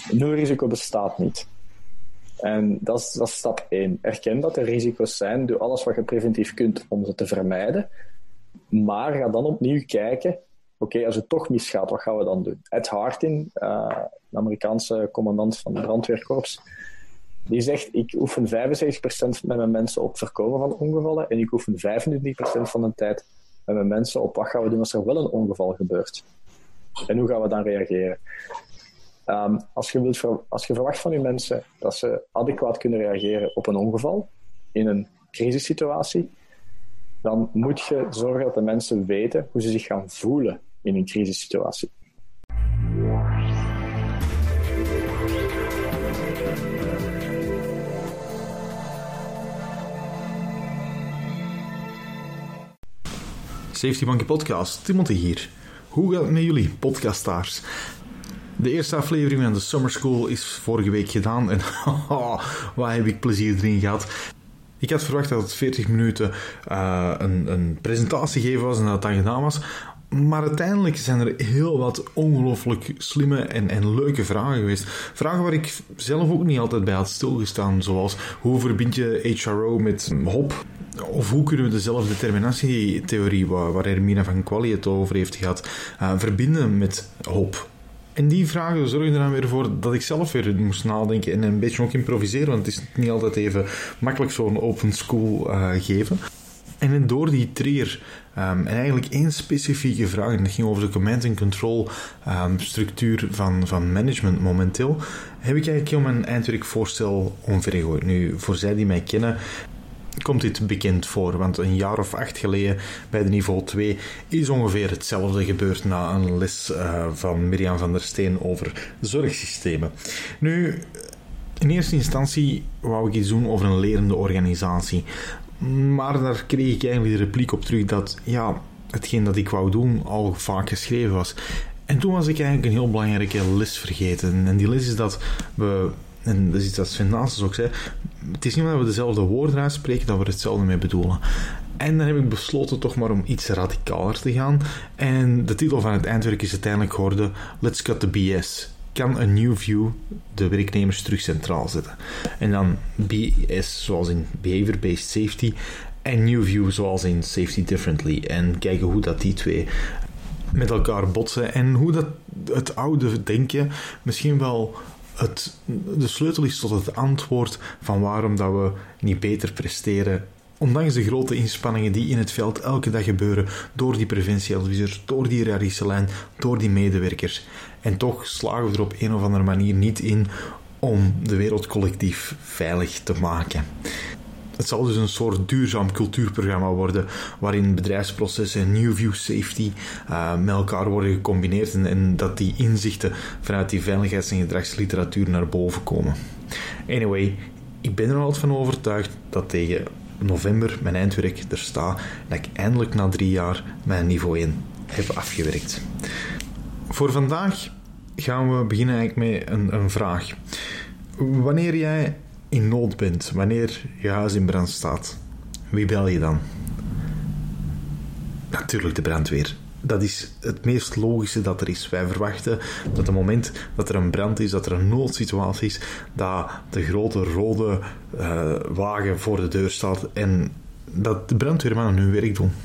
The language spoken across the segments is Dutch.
Nul risico bestaat niet. En dat is stap 1. Erken dat er risico's zijn. Doe alles wat je preventief kunt om ze te vermijden. Maar ga dan opnieuw kijken. Oké, als het toch misgaat, wat gaan we dan doen? Ed Hartin, de Amerikaanse commandant van het brandweerkorps, die zegt, ik oefen 75% met mijn mensen op voorkomen van ongevallen en ik oefen 25% van de tijd met mijn mensen op wat gaan we doen als er wel een ongeval gebeurt. En hoe gaan we dan reageren? Als je verwacht van je mensen dat ze adequaat kunnen reageren op een ongeval in een crisissituatie, dan moet je zorgen dat de mensen weten hoe ze zich gaan voelen in een crisissituatie. Safety Monkey Podcast, Timothy hier. Hoe gaat het met jullie, podcastaars? De eerste aflevering van de Summer School is vorige week gedaan en wat heb ik plezier erin gehad. Ik had verwacht dat het 40 minuten een presentatie geven was en dat het dan gedaan was. Maar uiteindelijk zijn er heel wat ongelooflijk slimme en leuke vragen geweest. Vragen waar ik zelf ook niet altijd bij had stilgestaan. Zoals, hoe verbind je HRO met HOP? Of hoe kunnen we de zelfdeterminatietheorie, waar Hermina van Quali het over heeft gehad, verbinden met HOP? En die vragen zorgen er dan weer voor dat ik zelf weer moest nadenken en een beetje ook improviseren, want het is niet altijd even makkelijk zo'n open school geven. En door die trigger, en eigenlijk één specifieke vraag, en dat ging over de command and control structuur van management momenteel, heb ik eigenlijk heel mijn eindwerkvoorstel omvergegooid. Nu, voor zij die mij kennen, komt dit bekend voor, want een jaar of 8 geleden bij de niveau 2 is ongeveer hetzelfde gebeurd na een les van Mirjam van der Steen over zorgsystemen. Nu, in eerste instantie wou ik iets doen over een lerende organisatie, maar daar kreeg ik eigenlijk de repliek op terug dat hetgeen dat ik wou doen al vaak geschreven was. En toen was ik eigenlijk een heel belangrijke les vergeten. En die les is dat we, en dat is iets dat Sven Naasens ook zei, het is niet omdat we dezelfde woorden uitspreken dat we er hetzelfde mee bedoelen. En dan heb ik besloten toch maar om iets radicaler te gaan. En de titel van het eindwerk is uiteindelijk geworden Let's Cut the BS. Kan een new view de werknemers terug centraal zetten? En dan BS zoals in Behavior-Based Safety en New View zoals in Safety Differently. En kijken hoe dat die twee met elkaar botsen en hoe dat het oude denken misschien wel de sleutel is tot het antwoord van waarom dat we niet beter presteren, ondanks de grote inspanningen die in het veld elke dag gebeuren, door die preventieadviseurs, door die RARIS-lijn, door die medewerkers. En toch slagen we er op een of andere manier niet in om de wereld collectief veilig te maken. Het zal dus een soort duurzaam cultuurprogramma worden, waarin bedrijfsprocessen en New View Safety met elkaar worden gecombineerd en dat die inzichten vanuit die veiligheids- en gedragsliteratuur naar boven komen. Anyway, ik ben er altijd van overtuigd dat tegen november mijn eindwerk er staat en dat ik eindelijk na 3 jaar mijn niveau 1 heb afgewerkt. Voor vandaag gaan we beginnen eigenlijk met een vraag. Wanneer jij in nood bent, wanneer je huis in brand staat, wie bel je dan? Natuurlijk de brandweer. Dat is het meest logische dat er is. Wij verwachten dat op het moment dat er een brand is, dat er een noodsituatie is, dat de grote rode wagen voor de deur staat en dat de brandweermannen hun werk doen.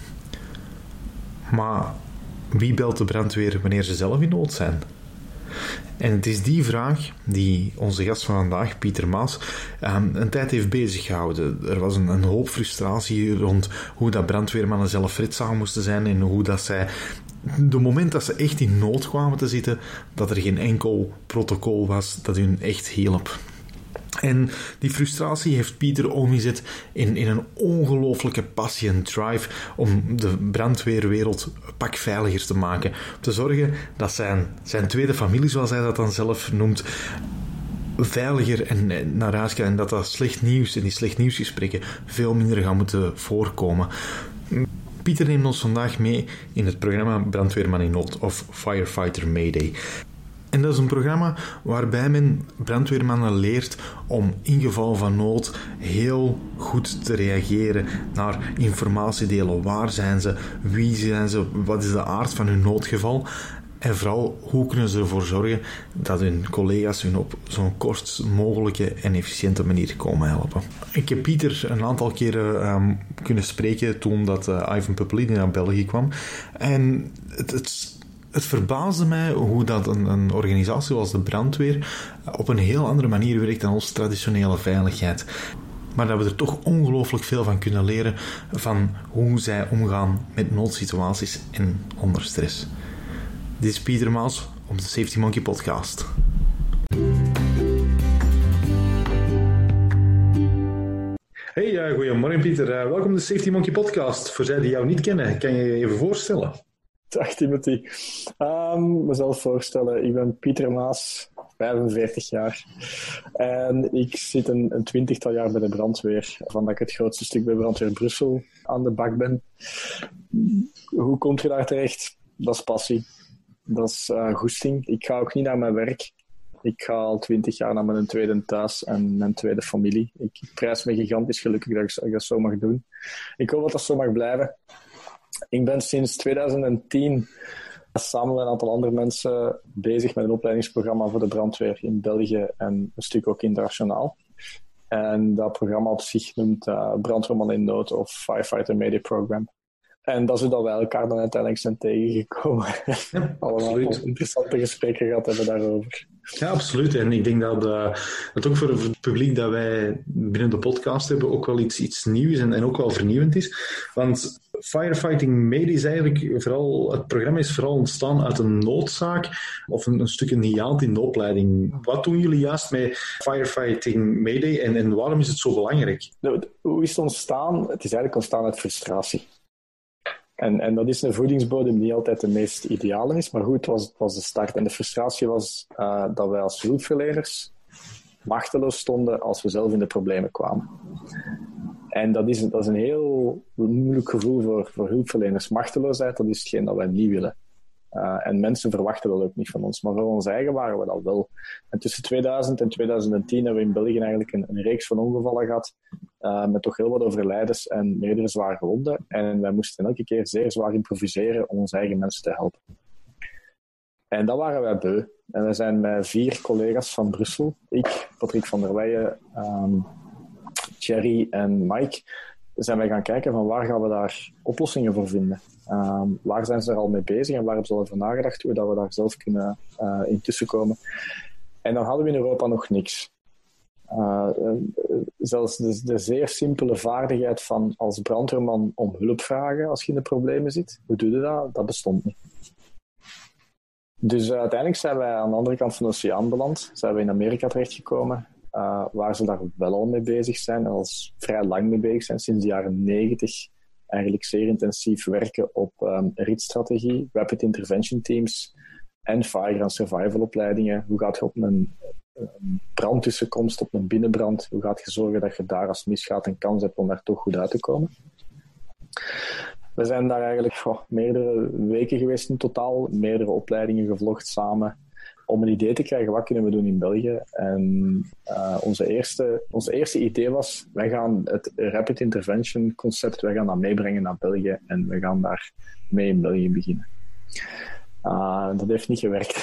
Maar wie belt de brandweer wanneer ze zelf in nood zijn? En het is die vraag die onze gast van vandaag, Pieter Maas, een tijd heeft bezig gehouden. Er was een hoop frustratie rond hoe dat brandweermannen zelf redzaam moesten zijn en hoe dat zij, de moment dat ze echt in nood kwamen te zitten, dat er geen enkel protocol was dat hun echt hielp. En die frustratie heeft Pieter omgezet in een ongelooflijke passie en drive om de brandweerwereld een pak veiliger te maken. Om te zorgen dat zijn tweede familie, zoals hij dat dan zelf noemt, veiliger en naar huis kan. En dat slecht nieuws en die slecht nieuwsgesprekken veel minder gaan moeten voorkomen. Pieter neemt ons vandaag mee in het programma Brandweerman in Nood of Firefighter Mayday. En dat is een programma waarbij men brandweermannen leert om in geval van nood heel goed te reageren naar informatie delen. Waar zijn ze? Wie zijn ze? Wat is de aard van hun noodgeval? En vooral, hoe kunnen ze ervoor zorgen dat hun collega's hun op zo'n kortst mogelijke en efficiënte manier komen helpen. Ik heb Pieter een aantal keren kunnen spreken toen dat Ivan Puppelini naar België kwam. En het verbaasde mij hoe dat een organisatie zoals de brandweer op een heel andere manier werkt dan onze traditionele veiligheid. Maar dat we er toch ongelooflijk veel van kunnen leren van hoe zij omgaan met noodsituaties en onder stress. Dit is Pieter Maas op de Safety Monkey podcast. Hey, goedemorgen Pieter. Welkom op de Safety Monkey podcast. Voor zij die jou niet kennen, kan je je even voorstellen? Dag Timothy. Mezelf voorstellen. Ik ben Pieter Maas, 45 jaar. En ik zit een 20-tal jaar bij de brandweer. Waarvan ik het grootste stuk bij brandweer Brussel aan de bak ben. Hoe kom je daar terecht? Dat is passie. Dat is goesting. Ik ga ook niet naar mijn werk. Ik ga al 20 jaar naar mijn tweede thuis en mijn tweede familie. Ik prijs me gigantisch gelukkig dat ik dat zo mag doen. Ik hoop dat dat zo mag blijven. Ik ben sinds 2010 samen met een aantal andere mensen bezig met een opleidingsprogramma voor de brandweer in België en een stuk ook internationaal. En dat programma op zich noemt Brandweerman in Nood of Firefighter Mayday Program. En dat is hoe dat wij elkaar dan uiteindelijk zijn tegengekomen. Ja, allemaal interessante gesprekken gehad hebben daarover. Ja, absoluut. En ik denk dat het ook voor het publiek dat wij binnen de podcast hebben ook wel iets nieuws en ook wel vernieuwend is. Want Firefighting Mayday is eigenlijk vooral, het programma is vooral ontstaan uit een noodzaak of een stuk een hiaat in de opleiding. Wat doen jullie juist met Firefighting Mayday en waarom is het zo belangrijk? Nou, hoe is het ontstaan? Het is eigenlijk ontstaan uit frustratie. En dat is een voedingsbodem die niet altijd de meest ideale is, maar goed, het was de start. En de frustratie was dat wij als hulpverleners machteloos stonden als we zelf in de problemen kwamen. En dat is een heel moeilijk gevoel voor hulpverleners. Machteloosheid, dat is hetgeen dat wij niet willen. En mensen verwachten dat ook niet van ons. Maar voor ons eigen waren we dat wel. En tussen 2000 en 2010 hebben we in België eigenlijk een reeks van ongevallen gehad. Met toch heel wat overlijdens en meerdere zware gewonden. En wij moesten elke keer zeer zwaar improviseren om onze eigen mensen te helpen. En dat waren wij beu. En we zijn met 4 collega's van Brussel, ik, Patrick van der Weijen, Thierry en Mike, zijn wij gaan kijken van waar gaan we daar oplossingen voor vinden. Waar zijn ze er al mee bezig en waar hebben ze al over nagedacht hoe dat we daar zelf kunnen intussen komen. En dan hadden we in Europa nog niks. Zelfs de zeer simpele vaardigheid van als brandweerman om hulp vragen als je in de problemen zit. Hoe doe je dat? Dat bestond niet. Dus uiteindelijk zijn wij aan de andere kant van de oceaan beland. Zijn we in Amerika terechtgekomen. Waar ze daar wel al mee bezig zijn en al vrij lang mee bezig zijn, sinds de jaren 90 eigenlijk zeer intensief werken op RIT-strategie, Rapid Intervention Teams en fire- en survival-opleidingen. Hoe gaat je op een brandtussenkomst, op een binnenbrand, hoe gaat je zorgen dat je daar als misgaat een kans hebt om daar toch goed uit te komen? We zijn daar eigenlijk meerdere weken geweest in totaal, meerdere opleidingen gevlogd samen, om een idee te krijgen wat kunnen we doen in België. En onze eerste idee was, wij gaan het Rapid Intervention concept, wij gaan dat meebrengen naar België en we gaan daar mee in België beginnen. Dat heeft niet gewerkt.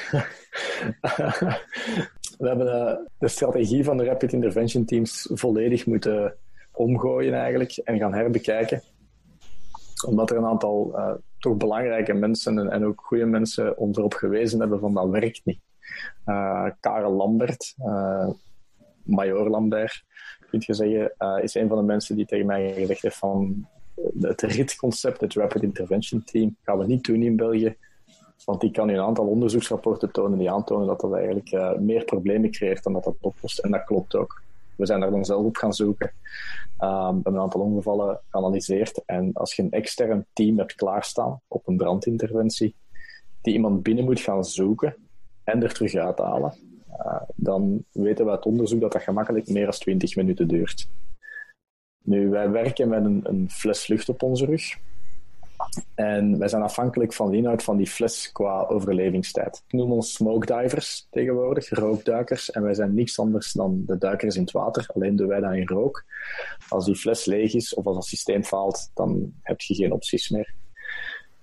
We hebben de strategie van de Rapid Intervention Teams volledig moeten omgooien eigenlijk en gaan herbekijken. Omdat er een aantal toch belangrijke mensen en ook goede mensen ons erop gewezen hebben van dat werkt niet. Karel Lambert, Major Lambert, kun je zeggen, is een van de mensen die tegen mij gezegd heeft van het RIT-concept, het Rapid Intervention Team, gaan we niet doen in België. Want die kan u een aantal onderzoeksrapporten tonen die aantonen dat dat eigenlijk meer problemen creëert dan dat dat oplost. En dat klopt ook. We zijn daar dan zelf op gaan zoeken. We hebben een aantal ongevallen geanalyseerd. En als je een extern team hebt klaarstaan op een brandinterventie, die iemand binnen moet gaan zoeken en er terug uithalen, dan weten we uit onderzoek dat dat gemakkelijk meer dan 20 minuten duurt. Nu, wij werken met een fles lucht op onze rug. En wij zijn afhankelijk van de inhoud van die fles qua overlevingstijd. Ik noem ons smoke divers tegenwoordig, rookduikers. En wij zijn niks anders dan de duikers in het water, alleen doen wij dat in rook. Als die fles leeg is of als het systeem faalt, dan heb je geen opties meer.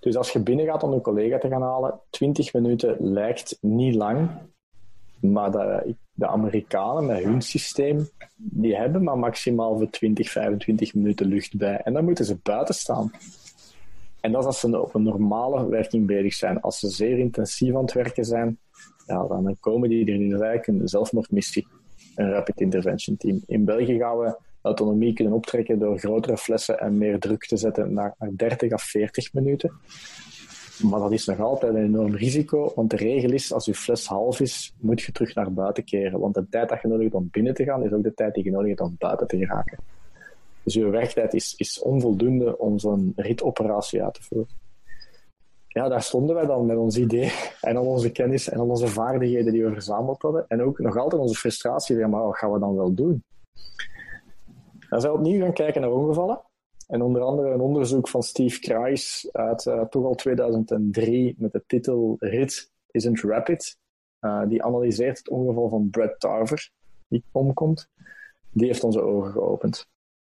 Dus als je binnen gaat om een collega te gaan halen, 20 minuten lijkt niet lang, maar de Amerikanen met hun systeem, die hebben maar maximaal voor 20, 25 minuten lucht bij. En dan moeten ze buiten staan. En dat is als ze op een normale werking bezig zijn. Als ze zeer intensief aan het werken zijn, ja, dan komen die er in eigenlijk een zelfmoordmissie, een rapid intervention team. In België gaan we autonomie kunnen optrekken door grotere flessen en meer druk te zetten naar 30 à 40 minuten. Maar dat is nog altijd een enorm risico, want de regel is, als je fles half is, moet je terug naar buiten keren. Want de tijd dat je nodig hebt om binnen te gaan, is ook de tijd die je nodig hebt om buiten te geraken. Dus je werktijd is onvoldoende om zo'n ritoperatie uit te voeren. Ja, daar stonden wij dan met ons idee en al onze kennis en al onze vaardigheden die we verzameld hadden. En ook nog altijd onze frustratie van, maar wat gaan we dan wel doen? Dan zijn we opnieuw gaan kijken naar ongevallen. En onder andere een onderzoek van Steve Kreis uit toch al 2003 met de titel Rit Isn't Rapid. Die analyseert het ongeval van Brett Tarver, die omkomt. Die heeft onze ogen geopend.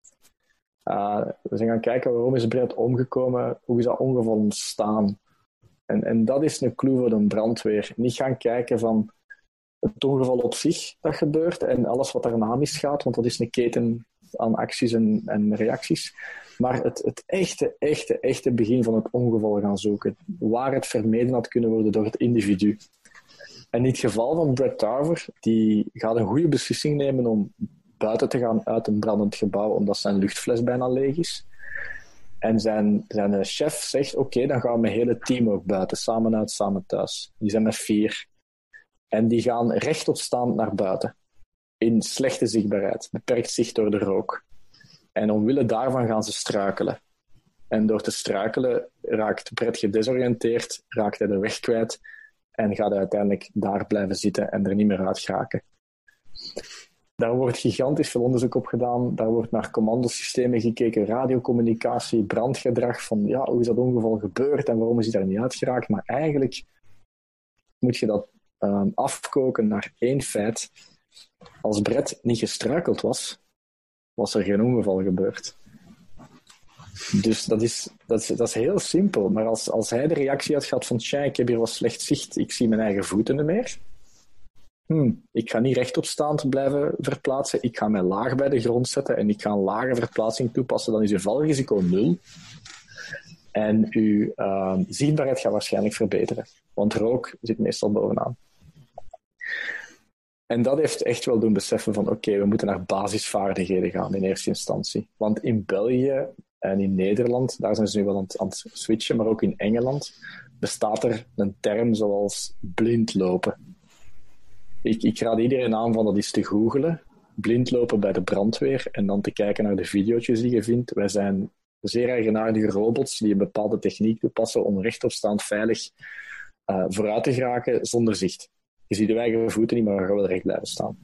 We zijn gaan kijken waarom is Brett omgekomen, hoe is dat ongeval ontstaan. En dat is een clue voor de brandweer. Niet gaan kijken van het ongeval op zich dat gebeurt en alles wat daarna misgaat, want dat is een keten aan acties en reacties. Maar het echte begin van het ongeval gaan zoeken. Waar het vermeden had kunnen worden door het individu. En in het geval van Brett Tarver, die gaat een goede beslissing nemen om buiten te gaan uit een brandend gebouw, omdat zijn luchtfles bijna leeg is. En zijn chef zegt, oké, dan gaan we met het hele team ook buiten. Samen uit, samen thuis. Die zijn met 4. En die gaan rechtop staan naar buiten. In slechte zichtbaarheid. Beperkt zicht door de rook. En omwille daarvan gaan ze struikelen. En door te struikelen raakt Brett gedesoriënteerd, raakt hij de weg kwijt en gaat hij uiteindelijk daar blijven zitten en er niet meer uit geraken. Daar wordt gigantisch veel onderzoek op gedaan. Daar wordt naar commandosystemen gekeken, radiocommunicatie, brandgedrag, van ja, hoe is dat ongeval gebeurd en waarom is hij daar niet uitgeraakt. Maar eigenlijk moet je dat afkoken naar één feit. Als Brett niet gestruikeld was er geen ongeval gebeurd. Dus dat is heel simpel. Maar als hij de reactie had gehad van tja, ik heb hier wat slecht zicht, ik zie mijn eigen voeten niet meer. Ik ga niet rechtopstaand blijven verplaatsen. Ik ga mij laag bij de grond zetten en ik ga een lage verplaatsing toepassen. Dan is uw valrisico 0. En uw zichtbaarheid gaat waarschijnlijk verbeteren. Want rook zit meestal bovenaan. En dat heeft echt wel doen beseffen van oké, we moeten naar basisvaardigheden gaan in eerste instantie. Want in België en in Nederland, daar zijn ze nu wel aan het switchen, maar ook in Engeland bestaat er een term zoals blind lopen. Ik raad iedereen aan van dat eens te googlen. Blind lopen bij de brandweer en dan te kijken naar de video's die je vindt. Wij zijn zeer eigenaardige robots die een bepaalde techniek toepassen om rechtopstaand veilig vooruit te geraken zonder zicht. Je ziet je eigen voeten niet, maar je gaat wel recht blijven staan.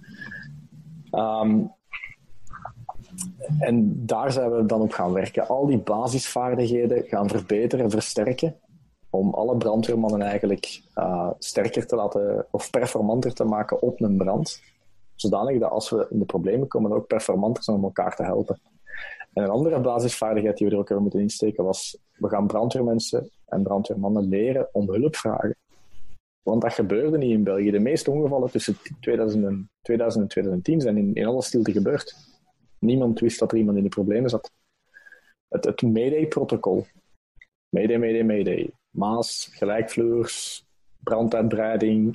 En daar zijn we dan op gaan werken. Al die basisvaardigheden gaan verbeteren en versterken om alle brandweermannen eigenlijk sterker te laten of performanter te maken op een brand. Zodanig dat als we in de problemen komen ook performanter zijn om elkaar te helpen. En een andere basisvaardigheid die we er ook hebben moeten insteken was, we gaan brandweermensen en brandweermannen leren om hulp vragen. Want dat gebeurde niet in België. De meeste ongevallen tussen 2000 en 2010 zijn in alle stilte gebeurd. Niemand wist dat er iemand in de problemen zat. Het Mayday-protocol. Mayday, Mayday, Mayday. Maas, gelijkvloers, branduitbreiding.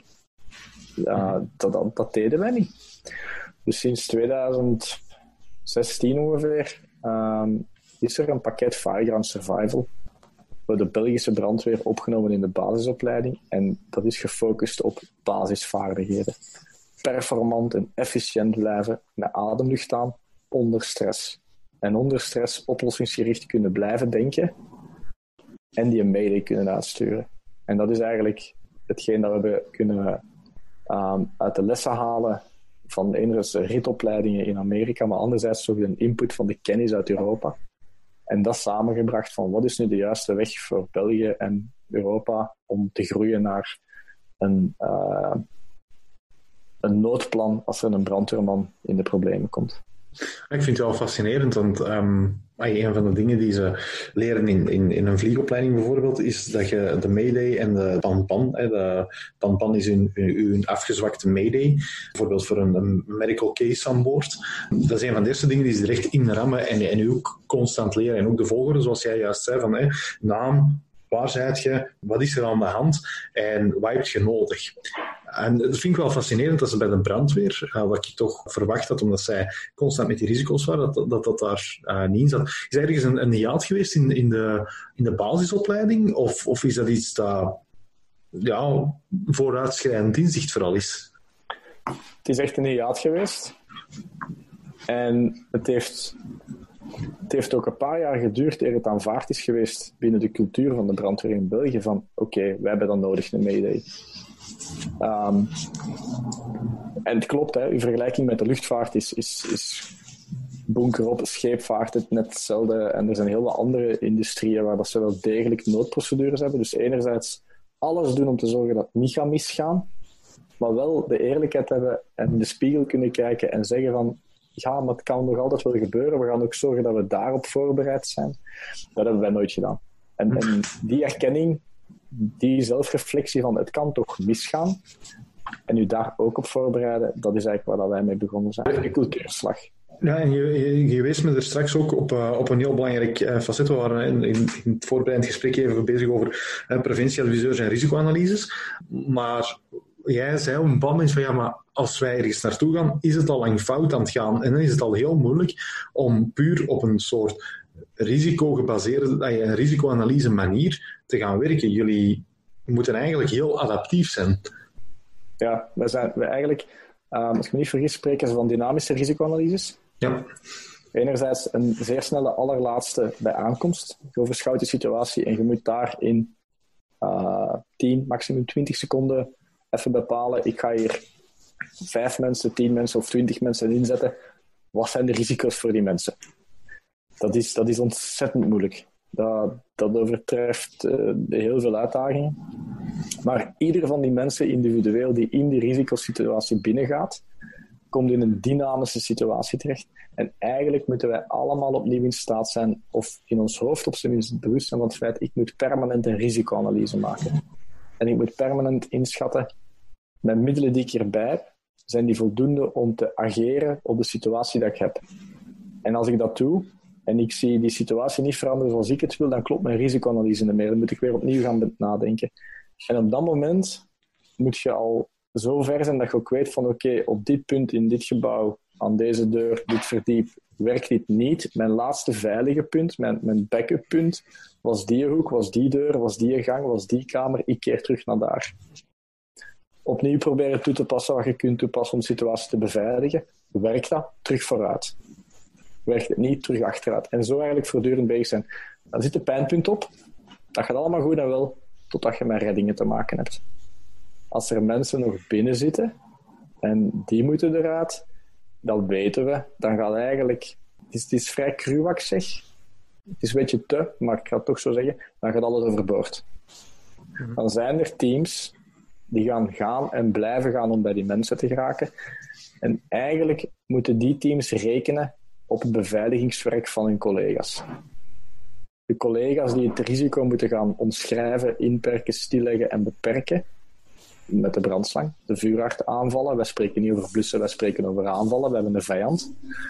Dat deden wij niet. Dus sinds 2016 ongeveer is er een pakket Fireground Survival door de Belgische brandweer opgenomen in de basisopleiding. En dat is gefocust op basisvaardigheden. Performant en efficiënt blijven met ademlucht aan onder stress. En onder stress oplossingsgericht kunnen blijven denken en die een mayday kunnen uitsturen. En dat is eigenlijk hetgeen dat we kunnen uit de lessen halen van enerzijds ritopleidingen in Amerika, maar anderzijds ook een input van de kennis uit Europa. En dat samengebracht van wat is nu de juiste weg voor België en Europa om te groeien naar een noodplan als er een brandweerman in de problemen komt. Ik vind het wel fascinerend, want Een van de dingen die ze leren in een vliegopleiding bijvoorbeeld, is dat je de Mayday en de Pan-Pan, de Pan-Pan is hun afgezwakte Mayday, bijvoorbeeld voor een medical case aan boord. Dat is een van de eerste dingen die ze er echt in rammen en u ook constant leren. En ook de volgorde, zoals jij juist zei, van naam, waar zijt je, wat is er aan de hand en wat heb je nodig? En dat vind ik wel fascinerend dat ze bij de brandweer, wat ik toch verwacht had, omdat zij constant met die risico's waren, dat daar niet in zat. Is er ergens een hiaat geweest in de basisopleiding? Of is dat iets dat vooruitschrijdend inzicht vooral is? Het is echt een hiaat geweest. En het heeft ook een paar jaar geduurd eer het aanvaard is geweest binnen de cultuur van de brandweer in België van oké, wij hebben dan nodig een Mayday. En het klopt, hè, in vergelijking met de luchtvaart is bunker op, scheepvaart het net hetzelfde. En er zijn heel wat andere industrieën waar dat ze wel degelijk noodprocedures hebben. Dus enerzijds alles doen om te zorgen dat het niet gaat misgaan, maar wel de eerlijkheid hebben en in de spiegel kunnen kijken en zeggen van ja, maar het kan nog altijd wel gebeuren. We gaan ook zorgen dat we daarop voorbereid zijn. Dat hebben wij nooit gedaan. En die erkenning, die zelfreflectie van het kan toch misgaan en u daar ook op voorbereiden, dat is eigenlijk waar wij mee begonnen zijn. De cultuurslag. Ja, en je wees me er straks ook op een heel belangrijk facet. We waren in het voorbereidend gesprek even bezig over preventieadviseurs en risicoanalyses. Maar jij zei op een bepaald moment van ja, maar als wij ergens naartoe gaan, is het al lang fout aan het gaan. En dan is het al heel moeilijk om puur op een soort risicogebaseerde, een risicoanalyse manier te gaan werken. Jullie moeten eigenlijk heel adaptief zijn. Ja, wij eigenlijk, als ik me niet vergis, spreken ze van dynamische risicoanalyses. Ja. Enerzijds een zeer snelle allerlaatste bij aankomst. Je overschouwt de situatie en je moet daar in 10, maximum 20 seconden even bepalen. Ik ga hier 5 mensen, 10 mensen of 20 mensen inzetten. Wat zijn de risico's voor die mensen? Dat is ontzettend moeilijk. Dat overtreft heel veel uitdagingen. Maar ieder van die mensen individueel die in die risicosituatie binnengaat, komt in een dynamische situatie terecht. En eigenlijk moeten wij allemaal opnieuw in staat zijn, of in ons hoofd op zijn minst bewust zijn van het feit, ik moet permanent een risicoanalyse maken. En ik moet permanent inschatten, met middelen die ik hierbij heb, zijn die voldoende om te ageren op de situatie dat ik heb. En als ik dat doe, en ik zie die situatie niet veranderen zoals ik het wil, dan klopt mijn risicoanalyse niet meer. Dan moet ik weer opnieuw gaan nadenken. En op dat moment moet je al zo ver zijn dat je ook weet van oké, op dit punt in dit gebouw, aan deze deur, dit verdiep, werkt dit niet. Mijn laatste veilige punt, mijn backup punt, was die hoek, was die deur, was die gang, was die kamer. Ik keer terug naar daar. Opnieuw proberen toe te passen wat je kunt toepassen om de situatie te beveiligen. Werkt dat? Terug vooruit. Werkt het niet? Terug achteruit. En zo eigenlijk voortdurend bezig zijn. Dan zit de pijnpunt op. Dat gaat allemaal goed en wel, totdat je met reddingen te maken hebt. Als er mensen nog binnen zitten en die moeten eruit, dat weten we. Dan gaat eigenlijk... Het is vrij cru wat ik zeg. Het is een beetje te, maar ik ga het toch zo zeggen. Dan gaat alles overboord. Dan zijn er teams die gaan en blijven gaan om bij die mensen te geraken. En eigenlijk moeten die teams rekenen op het beveiligingswerk van hun collega's. De collega's die het risico moeten gaan omschrijven, inperken, stilleggen en beperken met de brandslang, de vuurarten aanvallen. Wij spreken niet over blussen, wij spreken over aanvallen. We hebben een vijand.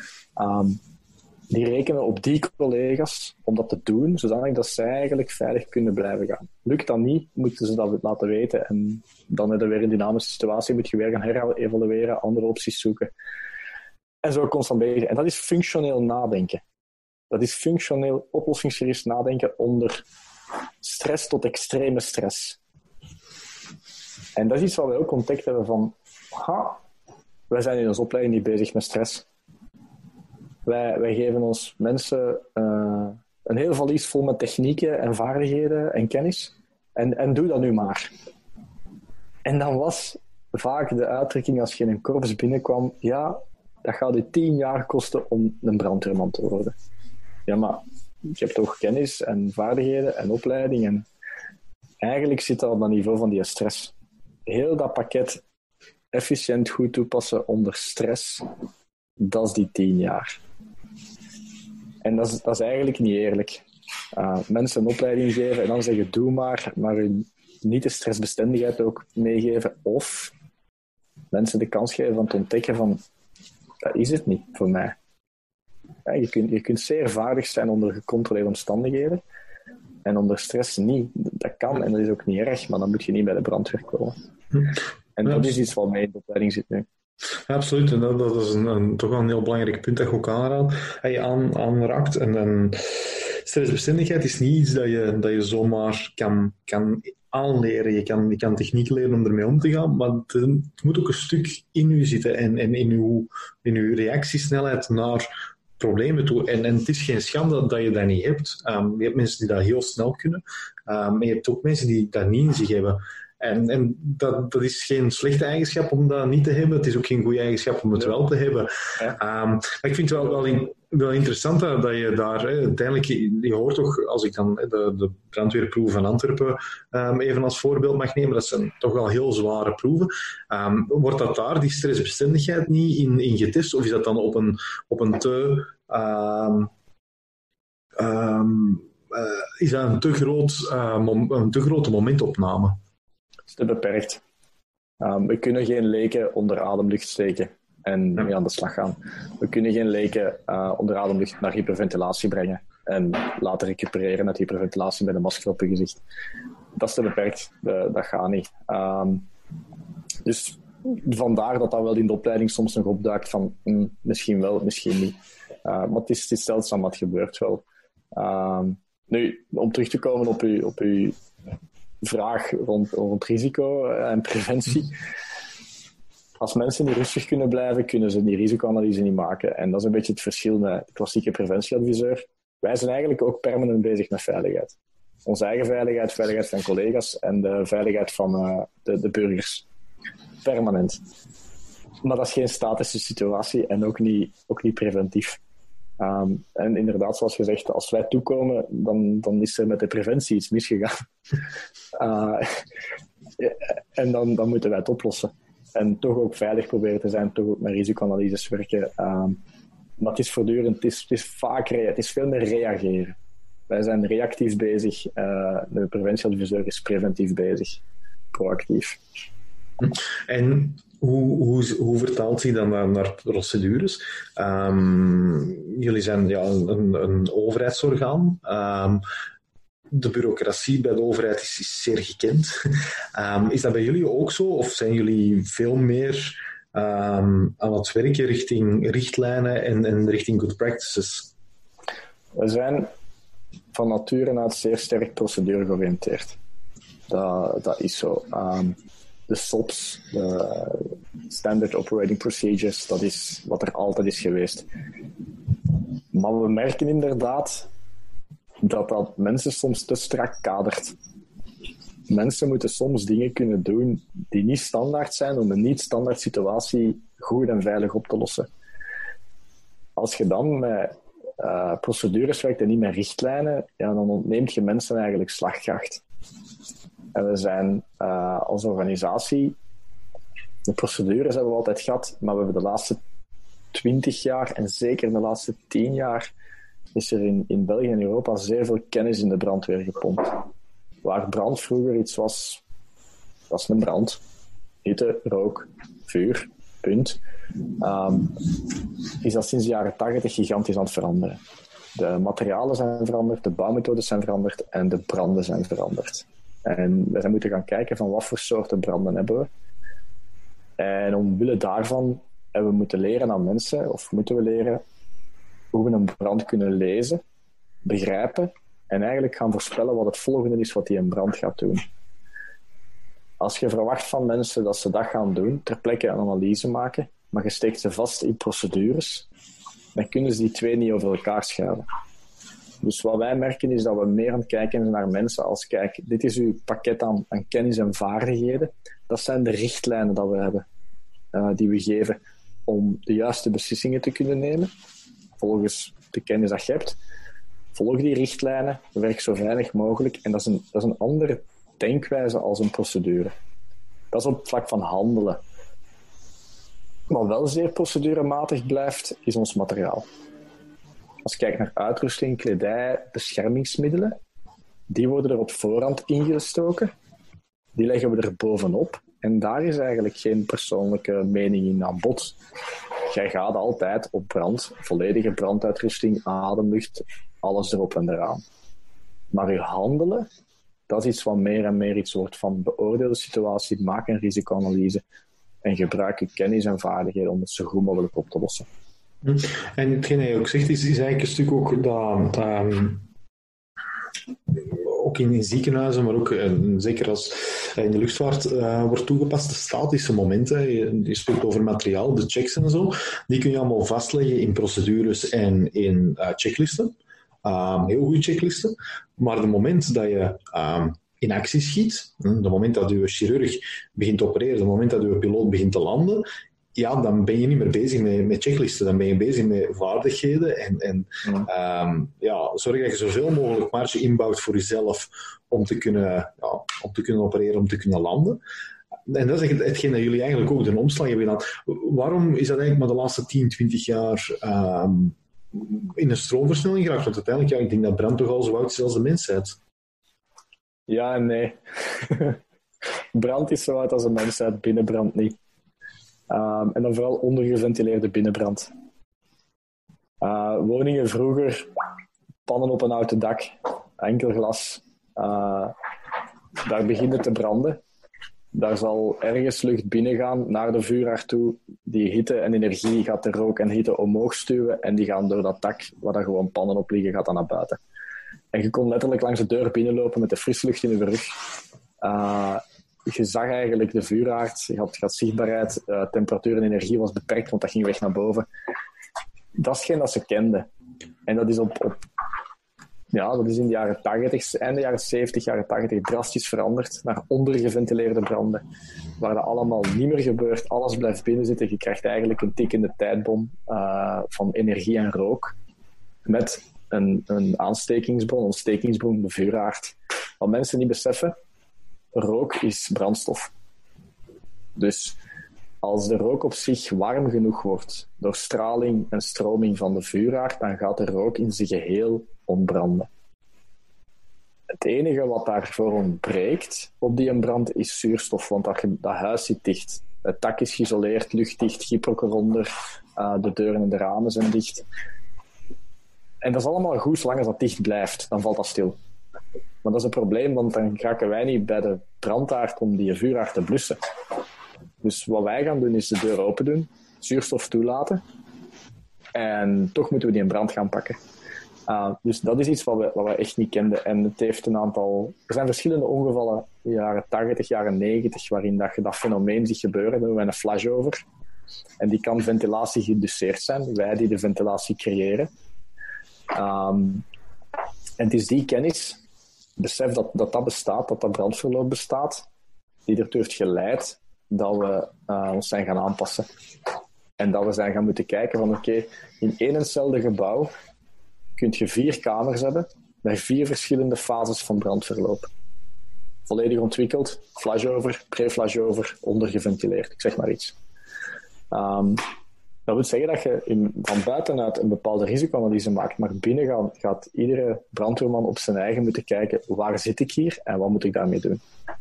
Die rekenen op die collega's om dat te doen, zodat zij eigenlijk veilig kunnen blijven gaan. Lukt dat niet, moeten ze dat laten weten. En dan heb je weer een dynamische situatie, moet je weer gaan herevalueren, andere opties zoeken. En zo constant bezig. En dat is functioneel nadenken. Dat is functioneel oplossingsgericht nadenken onder stress tot extreme stress. En dat is iets wat we ook ontdekt hebben van, wij zijn in onze opleiding niet bezig met stress. Wij geven ons mensen een heel valies vol met technieken en vaardigheden en kennis. En doe dat nu maar. En dan was vaak de uitdrukking als je in een korps binnenkwam, ja, dat gaat je 10 jaar kosten om een brandweerman te worden. Ja, maar je hebt toch kennis en vaardigheden en opleiding. En eigenlijk zit dat op dat niveau van die stress. Heel dat pakket efficiënt goed toepassen onder stress, dat is die 10 jaar. En dat is eigenlijk niet eerlijk. Mensen een opleiding geven en dan zeggen doe maar hun niet de stressbestendigheid ook meegeven. Of mensen de kans geven van te ontdekken van dat is het niet voor mij. Ja, je kunt zeer vaardig zijn onder gecontroleerde omstandigheden en onder stress niet. Dat kan en dat is ook niet erg, maar dan moet je niet bij de brandweer komen. En dat is iets wat mij in de opleiding zit nu. Ja, absoluut. En dat is toch wel een heel belangrijk punt dat je ook aanraakt. En stressbestendigheid is niet iets dat je zomaar kan aanleren. Je kan techniek leren om ermee om te gaan, maar het moet ook een stuk in u zitten en in uw reactiesnelheid naar problemen toe. En het is geen schande dat je dat niet hebt. Je hebt mensen die dat heel snel kunnen, maar je hebt ook mensen die dat niet in zich hebben. En dat is geen slechte eigenschap om dat niet te hebben. Het is ook geen goede eigenschap om het wel te hebben. Ja. Maar ik vind het wel interessant dat je daar uiteindelijk... Je hoort toch, als ik dan de brandweerproeven van Antwerpen even als voorbeeld mag nemen, dat zijn toch wel heel zware proeven. Wordt dat daar, die stressbestendigheid, niet in getest? Of is dat dan op een te... is dat een te grote momentopname? Het is te beperkt. We kunnen geen leken onder ademlucht steken en mee aan de slag gaan. We kunnen geen leken onder ademlucht naar hyperventilatie brengen en laten recupereren met hyperventilatie met een masker op je gezicht. Dat is te beperkt. Dat gaat niet. Dus vandaar dat wel in de opleiding soms nog opduikt van misschien wel, misschien niet. Maar het is zeldzaam, maar het gebeurt wel. Nu, om terug te komen op uw vraag rond risico en preventie. Als mensen niet rustig kunnen blijven, kunnen ze die risicoanalyse niet maken. En dat is een beetje het verschil met de klassieke preventieadviseur. Wij zijn eigenlijk ook permanent bezig met veiligheid. Onze eigen veiligheid van collega's en de veiligheid van de burgers. Permanent. Maar dat is geen statische situatie en ook niet preventief. En inderdaad, zoals gezegd, als wij toekomen, dan is er met de preventie iets misgegaan. En dan moeten wij het oplossen. En toch ook veilig proberen te zijn, toch ook met risicoanalyses werken. Maar het is voortdurend, het is veel meer reageren. Wij zijn reactief bezig, de preventieadviseur is preventief bezig, proactief. En hoe vertaalt zich dan naar procedures? Jullie zijn een overheidsorgaan. De bureaucratie bij de overheid is zeer gekend. Is dat bij jullie ook zo? Of zijn jullie veel meer aan het werken richting richtlijnen en richting good practices? We zijn van nature uit zeer sterk procedure georiënteerd. Dat is zo. De SOPs, de Standard Operating Procedures, dat is wat er altijd is geweest. Maar we merken inderdaad dat mensen soms te strak kadert. Mensen moeten soms dingen kunnen doen die niet standaard zijn om een niet-standaard situatie goed en veilig op te lossen. Als je dan met procedures werkt en niet met richtlijnen, dan ontneemt je mensen eigenlijk slagkracht. En we zijn als organisatie, de procedures hebben we altijd gehad, maar we hebben de laatste 20 jaar en zeker de laatste 10 jaar is er in België en Europa zeer veel kennis in de brandweer gepompt. Waar brand vroeger iets was, dat is een brand. Hitte, rook, vuur, punt. Is dat sinds de jaren 80 gigantisch aan het veranderen. De materialen zijn veranderd, de bouwmethodes zijn veranderd en de branden zijn veranderd. En we moeten gaan kijken van wat voor soorten branden hebben we. En omwille daarvan hebben we moeten leren aan mensen, of moeten we leren hoe we een brand kunnen lezen, begrijpen en eigenlijk gaan voorspellen wat het volgende is wat die een brand gaat doen. Als je verwacht van mensen dat ze dat gaan doen, ter plekke een analyse maken, maar je steekt ze vast in procedures, dan kunnen ze die twee niet over elkaar schuiven. Dus wat wij merken is dat we meer aan het kijken zijn naar mensen als, kijk, dit is uw pakket aan kennis en vaardigheden. Dat zijn de richtlijnen dat we hebben, die we geven om de juiste beslissingen te kunnen nemen, volgens de kennis dat je hebt. Volg die richtlijnen, werk zo veilig mogelijk. En dat is een andere denkwijze als een procedure. Dat is op het vlak van handelen. Wat wel zeer procedurematig blijft, is ons materiaal. als je kijkt naar uitrusting, kledij, beschermingsmiddelen, die worden er op voorhand ingestoken. Die leggen we er bovenop. En daar is eigenlijk geen persoonlijke mening in aan bod. Jij gaat altijd op brand, volledige branduitrusting, ademlucht, alles erop en eraan. Maar je handelen, dat is iets wat meer en meer iets wordt van beoordeel de situatie, maak een risicoanalyse en gebruik je kennis en vaardigheden om het zo goed mogelijk op te lossen. En hetgeen dat je ook zegt, is eigenlijk een stuk ook dat ook in ziekenhuizen, maar ook zeker als in de luchtvaart wordt toegepast, de statische momenten. Je spreekt over materiaal, de checks en zo. Die kun je allemaal vastleggen in procedures en in checklisten. Heel goede checklisten. Maar het moment dat je in actie schiet, het moment dat je chirurg begint te opereren, het moment dat je piloot begint te landen, ja, dan ben je niet meer bezig met checklisten. Dan ben je bezig met vaardigheden en zorg dat je zoveel mogelijk marge inbouwt voor jezelf om te kunnen opereren, om te kunnen landen. En dat is hetgeen dat jullie eigenlijk ook de omslag hebben gedaan. Waarom is dat eigenlijk maar de laatste 10, 20 jaar in een stroomversnelling geraakt? Want uiteindelijk, ik denk dat brand toch al zo oud is als de mensheid. Ja en nee. Brand is zo oud als de mensheid, binnenbrand niet. En dan vooral ondergeventileerde binnenbrand. Woningen vroeger, pannen op een houten dak, enkel glas. Daar begint het te branden. Daar zal ergens lucht binnengaan naar de vuuraard toe. Die hitte en energie gaat de rook en hitte omhoog stuwen en die gaan door dat dak, waar daar gewoon pannen op liggen, gaat dan naar buiten. En je kon letterlijk langs de deur binnenlopen met de frislucht in je rug. Je zag eigenlijk de vuuraard, je had zichtbaarheid, temperatuur en energie was beperkt, want dat ging weg naar boven. Dat is hetgeen dat ze kenden. En dat is dat is in de jaren 80, einde jaren 70, jaren 80 drastisch veranderd naar ondergeventileerde branden, waar dat allemaal niet meer gebeurt, alles blijft binnenzitten. Je krijgt eigenlijk een tikkende tijdbom van energie en rook met een aanstekingsbron, de vuuraard. Wat mensen niet beseffen, rook is brandstof. Dus als de rook op zich warm genoeg wordt door straling en stroming van de vuuraard, dan gaat de rook in zijn geheel ontbranden. Het enige wat daarvoor ontbreekt op die brand is zuurstof, want dat huis zit dicht. Het dak is geïsoleerd, luchtdicht, gyprock eronder, de deuren en de ramen zijn dicht. En dat is allemaal goed zolang dat dicht blijft, dan valt dat stil. Maar dat is een probleem, want dan raken wij niet bij de brandaard om die vuuraard te blussen. Dus wat wij gaan doen is de deur open doen, zuurstof toelaten en toch moeten we die in brand gaan pakken. Dus dat is iets wat we echt niet kenden. En het heeft er zijn verschillende ongevallen, jaren 80, jaren 90, waarin dat fenomeen zich gebeurt. Daar hebben we een flashover. En die kan ventilatie geïnduceerd zijn, wij die de ventilatie creëren. En het is die kennis, besef dat bestaat, dat brandverloop bestaat, die ertoe heeft geleid dat we ons zijn gaan aanpassen. En dat we zijn gaan moeten kijken van in één eenzelfde gebouw kun je 4 kamers hebben met 4 verschillende fases van brandverloop. Volledig ontwikkeld, flashover, pre-flashover, ondergeventileerd, ik zeg maar iets. Dat wil zeggen dat je van buitenuit een bepaalde risicoanalyse maakt, maar binnen gaat iedere brandweerman op zijn eigen moeten kijken, waar zit ik hier en wat moet ik daarmee doen?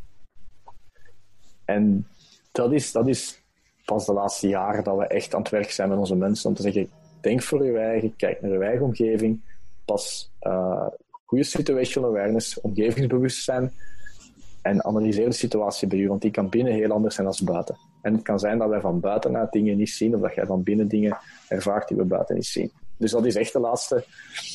En dat is pas de laatste jaren dat we echt aan het werk zijn met onze mensen om te zeggen, denk voor je eigen, kijk naar je eigen omgeving, pas goede situational awareness, omgevingsbewustzijn en analyseer de situatie bij u, want die kan binnen heel anders zijn dan buiten. En het kan zijn dat wij van buitenuit dingen niet zien of dat jij van binnen dingen ervaart die we buiten niet zien. Dus dat is echt de laatste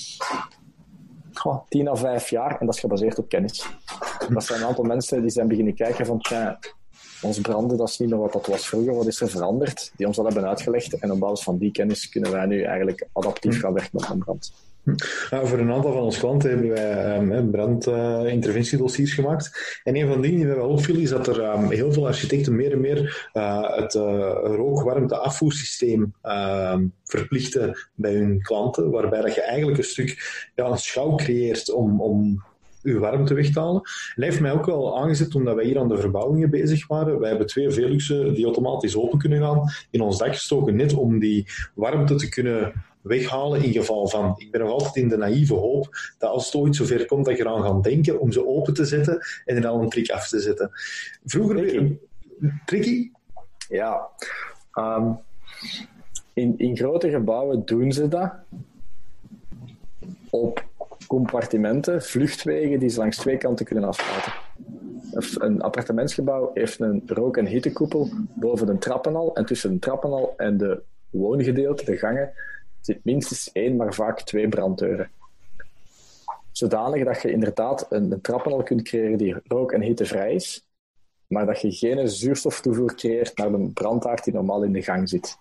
10 à 5 jaar en dat is gebaseerd op kennis. Dat zijn een aantal mensen die zijn beginnen kijken van ons branden, dat is niet meer wat dat was vroeger, wat is er veranderd? Die ons dat hebben uitgelegd en op basis van die kennis kunnen wij nu eigenlijk adaptief gaan werken op een brand. Voor een aantal van onze klanten hebben wij brandinterventiedossiers gemaakt. En een van de dingen die mij wel opviel is dat er heel veel architecten meer en meer het rookwarmte-afvoersysteem verplichten bij hun klanten, waarbij dat je eigenlijk een stuk een schouw creëert om uw warmte weg te halen. En dat heeft mij ook wel aangezet omdat wij hier aan de verbouwingen bezig waren. Wij hebben 2 Veluxen die automatisch open kunnen gaan in ons dak gestoken, net om die warmte te kunnen weghalen in geval van. Ik ben nog altijd in de naïeve hoop dat als het ooit zover komt dat je eraan gaat denken om ze open te zetten en er dan een prik af te zetten. Vroeger... Tricky? Ja. In grote gebouwen doen ze dat op compartimenten, vluchtwegen die ze langs twee kanten kunnen afsluiten. Een appartementsgebouw heeft een rook- en hittekoepel boven de trappenhal en tussen de trappenhal en de woongedeelte, de gangen, zit minstens 1, maar vaak 2 branddeuren. Zodanig dat je inderdaad een trappenhal kunt creëren die rook- en hittevrij is, maar dat je geen zuurstoftoevoer creëert naar de brandhaard die normaal in de gang zit.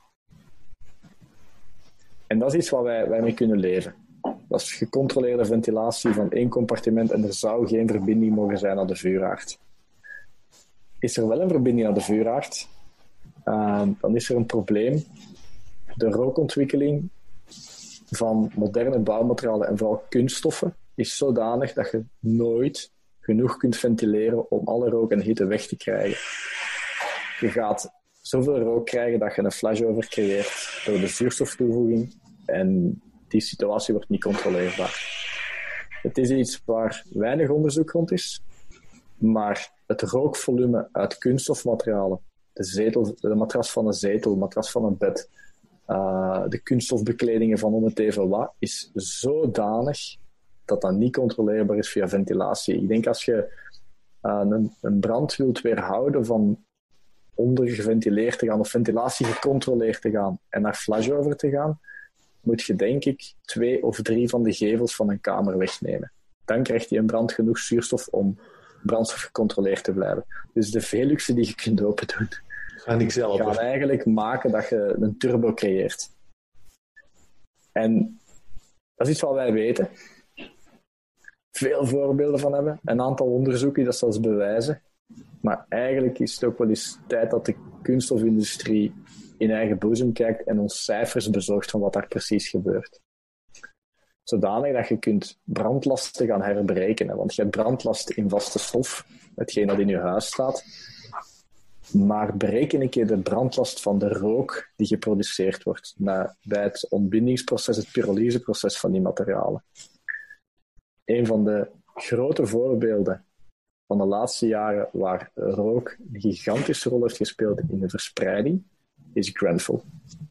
En dat is iets waar wij mee kunnen leven. Dat is gecontroleerde ventilatie van 1 compartiment en er zou geen verbinding mogen zijn naar de vuurhaard. Is er wel een verbinding naar de vuurhaard, dan is er een probleem. De rookontwikkeling van moderne bouwmaterialen en vooral kunststoffen is zodanig dat je nooit genoeg kunt ventileren om alle rook en hitte weg te krijgen. Je gaat zoveel rook krijgen dat je een flashover creëert door de zuurstoftoevoeging en die situatie wordt niet controleerbaar. Het is iets waar weinig onderzoek rond is, maar het rookvolume uit kunststofmaterialen, de matras van een zetel, de matras van een bed, de kunststofbekledingen van om het even wat, is zodanig dat dat niet controleerbaar is via ventilatie. Ik denk als je een brand wilt weerhouden van ondergeventileerd te gaan of ventilatie gecontroleerd te gaan en naar flashover te gaan, moet je denk ik 2 of 3 van de gevels van een kamer wegnemen. Dan krijgt die een brand genoeg zuurstof om brandstof gecontroleerd te blijven. Dus de veluxe die je kunt open doen, gaan eigenlijk maken dat je een turbo creëert. En dat is iets wat wij weten. Veel voorbeelden van hebben. Een aantal onderzoeken die dat zelfs bewijzen. Maar eigenlijk is het ook wel eens tijd dat de kunststofindustrie in eigen boezem kijkt en ons cijfers bezorgt van wat daar precies gebeurt. Zodanig dat je kunt brandlasten gaan herberekenen. Want je hebt brandlasten in vaste stof, hetgeen dat in je huis staat. Maar bereken een keer de brandlast van de rook die geproduceerd wordt bij het ontbindingsproces, het pyrolyseproces van die materialen. Een van de grote voorbeelden van de laatste jaren waar rook een gigantische rol heeft gespeeld in de verspreiding, is Grenfell.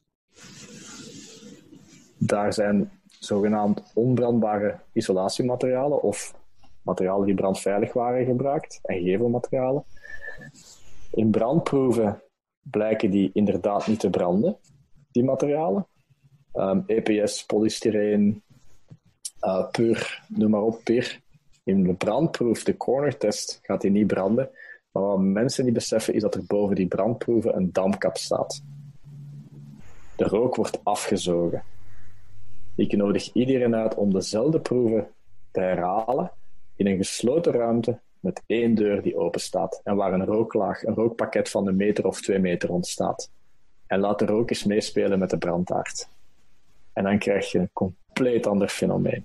Daar zijn zogenaamd onbrandbare isolatiematerialen of materialen die brandveilig waren gebruikt en gevelmaterialen. In brandproeven blijken die inderdaad niet te branden, die materialen. EPS, polystyreen, PUR, noem maar op, PIR. In de brandproef, de corner test, gaat die niet branden. Maar wat mensen niet beseffen is dat er boven die brandproeven een dampkap staat. De rook wordt afgezogen. Ik nodig iedereen uit om dezelfde proeven te herhalen in een gesloten ruimte met 1 deur die open staat en waar een rooklaag, een rookpakket van 1 meter of 2 meter ontstaat. En laat de rook eens meespelen met de brandhaard. En dan krijg je een compleet ander fenomeen.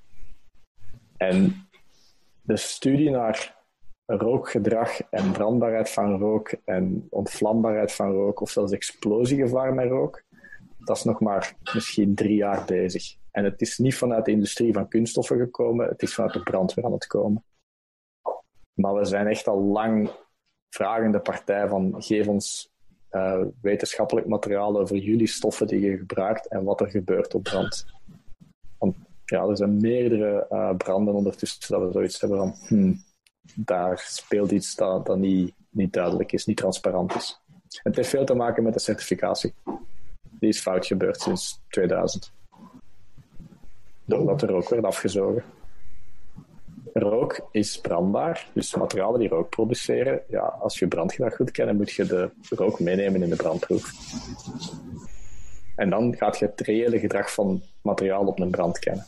En de studie naar rookgedrag en brandbaarheid van rook en ontvlambaarheid van rook of zelfs explosiegevaar met rook, dat is nog maar misschien 3 jaar bezig. En het is niet vanuit de industrie van kunststoffen gekomen, het is vanuit de brandweer aan het komen. Maar we zijn echt al lang vragende partij van geef ons wetenschappelijk materiaal over jullie stoffen die je gebruikt en wat er gebeurt op brand. Want ja, er zijn meerdere branden ondertussen dat we zoiets hebben van daar speelt iets dat niet duidelijk is, niet transparant is. Het heeft veel te maken met de certificatie. Die is fout gebeurd sinds 2000. Doordat de rook werd afgezogen. Rook is brandbaar, dus materialen die rook produceren, ja, als je brandgedrag wilt kennen, moet je de rook meenemen in de brandproef. En dan gaat je het reële gedrag van materiaal op een brand kennen.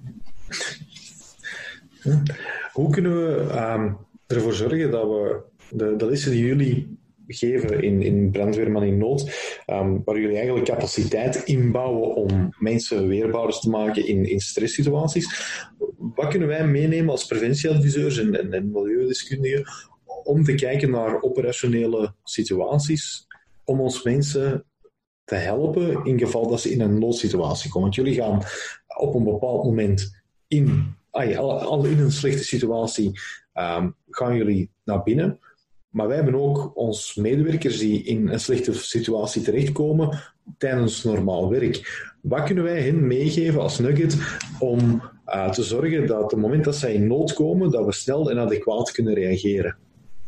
Hoe kunnen we ervoor zorgen dat we de lessen die jullie geven in Brandweerman in Nood, waar jullie eigenlijk capaciteit inbouwen om mensen weerbaarder te maken in stresssituaties. Wat kunnen wij meenemen als preventieadviseurs en milieudeskundigen om te kijken naar operationele situaties, om ons mensen te helpen in geval dat ze in een noodsituatie komen. Want jullie gaan op een bepaald moment al in een slechte situatie gaan jullie naar binnen. Maar wij hebben ook ons medewerkers die in een slechte situatie terechtkomen tijdens normaal werk. Wat kunnen wij hen meegeven als nugget om te zorgen dat op het moment dat zij in nood komen, dat we snel en adequaat kunnen reageren?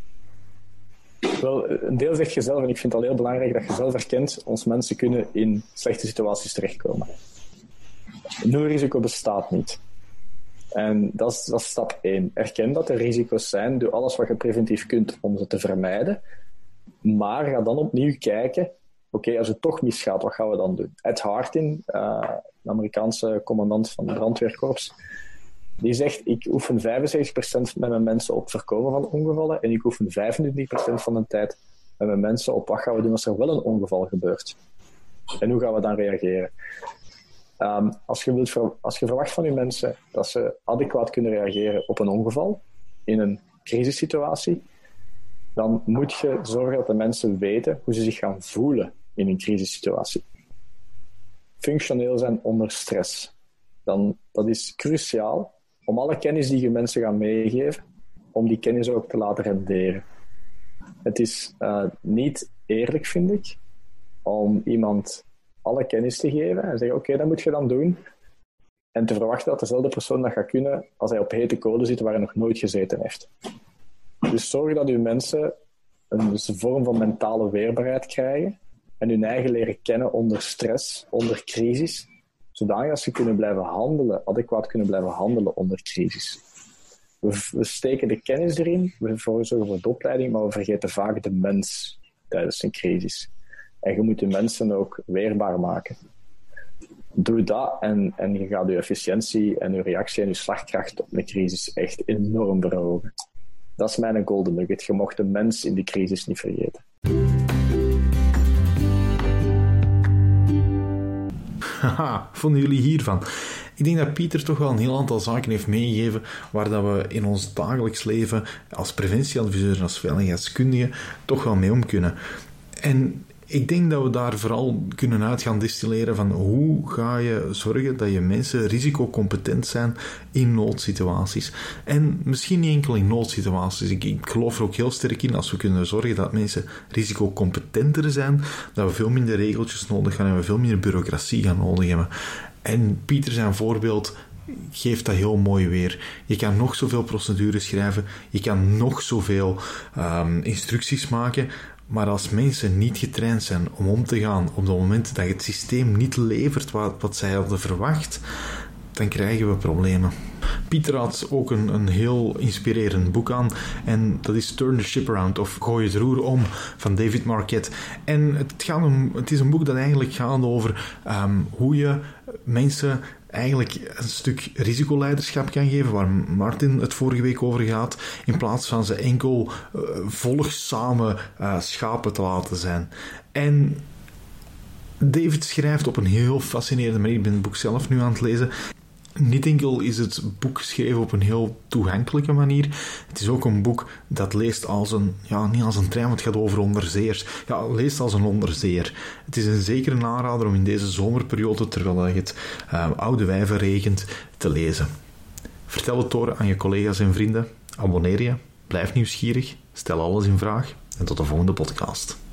Wel, een deel zeg je zelf, en ik vind het al heel belangrijk dat je zelf herkent, ons mensen kunnen in slechte situaties terechtkomen. Nul risico bestaat niet. En dat is stap 1. Erken dat er risico's zijn, doe alles wat je preventief kunt om ze te vermijden, maar ga dan opnieuw kijken, oké, als het toch misgaat, wat gaan we dan doen? Ed Hartin, de Amerikaanse commandant van het brandweerkorps, die zegt, ik oefen 75% met mijn mensen op voorkomen van ongevallen en ik oefen 25% van de tijd met mijn mensen op wat gaan we doen als er wel een ongeval gebeurt. En hoe gaan we dan reageren? Als je verwacht van je mensen dat ze adequaat kunnen reageren op een ongeval in een crisissituatie, dan moet je zorgen dat de mensen weten hoe ze zich gaan voelen in een crisissituatie. Functioneel zijn onder stress. Dat is cruciaal om alle kennis die je mensen gaat meegeven, om die kennis ook te laten renderen. Het is niet eerlijk, vind ik, om iemand alle kennis te geven en zeggen, oké, dat moet je dan doen. En te verwachten dat dezelfde persoon dat gaat kunnen als hij op hete kolen zit waar hij nog nooit gezeten heeft. Dus zorg dat uw mensen een vorm van mentale weerbaarheid krijgen en hun eigen leren kennen onder stress, onder crisis, zodanig dat ze kunnen blijven handelen, adequaat kunnen blijven handelen onder crisis. We steken de kennis erin, we zorgen voor de opleiding, maar we vergeten vaak de mens tijdens een crisis. En je moet de mensen ook weerbaar maken. Doe dat en je gaat je efficiëntie en je reactie en je slagkracht op een crisis echt enorm verhogen. Dat is mijn golden nugget. Je mocht de mens in die crisis niet vergeten. Haha, vonden jullie hiervan? Ik denk dat Pieter toch wel een heel aantal zaken heeft meegegeven waar dat we in ons dagelijks leven als preventieadviseur en als veiligheidskundige toch wel mee om kunnen. En ik denk dat we daar vooral kunnen uit gaan distilleren van hoe ga je zorgen dat je mensen risicocompetent zijn in noodsituaties. En misschien niet enkel in noodsituaties. Ik geloof er ook heel sterk in als we kunnen zorgen dat mensen risicocompetenter zijn, dat we veel minder regeltjes nodig gaan en we veel minder bureaucratie gaan nodig hebben. En Pieter zijn voorbeeld geeft dat heel mooi weer. Je kan nog zoveel procedures schrijven, je kan nog zoveel instructies maken, maar als mensen niet getraind zijn om te gaan op het moment dat het systeem niet levert wat zij hadden verwacht, dan krijgen we problemen. Pieter had ook een heel inspirerend boek aan en dat is Turn the Ship Around of Gooi het roer om van David Marquette. En het is een boek dat eigenlijk gaat over hoe je mensen eigenlijk een stuk risicoleiderschap kan geven, waar Martin het vorige week over gaat, in plaats van ze enkel volgzame schapen te laten zijn. En David schrijft op een heel fascinerende manier. Ik ben het boek zelf nu aan het lezen. Niet enkel is het boek geschreven op een heel toegankelijke manier. Het is ook een boek dat leest als niet als een trein, want het gaat over onderzeeërs. Ja, leest als een onderzeeër. Het is een zekere aanrader om in deze zomerperiode, terwijl het oude wijven regent, te lezen. Vertel het door aan je collega's en vrienden. Abonneer je. Blijf nieuwsgierig. Stel alles in vraag. En tot de volgende podcast.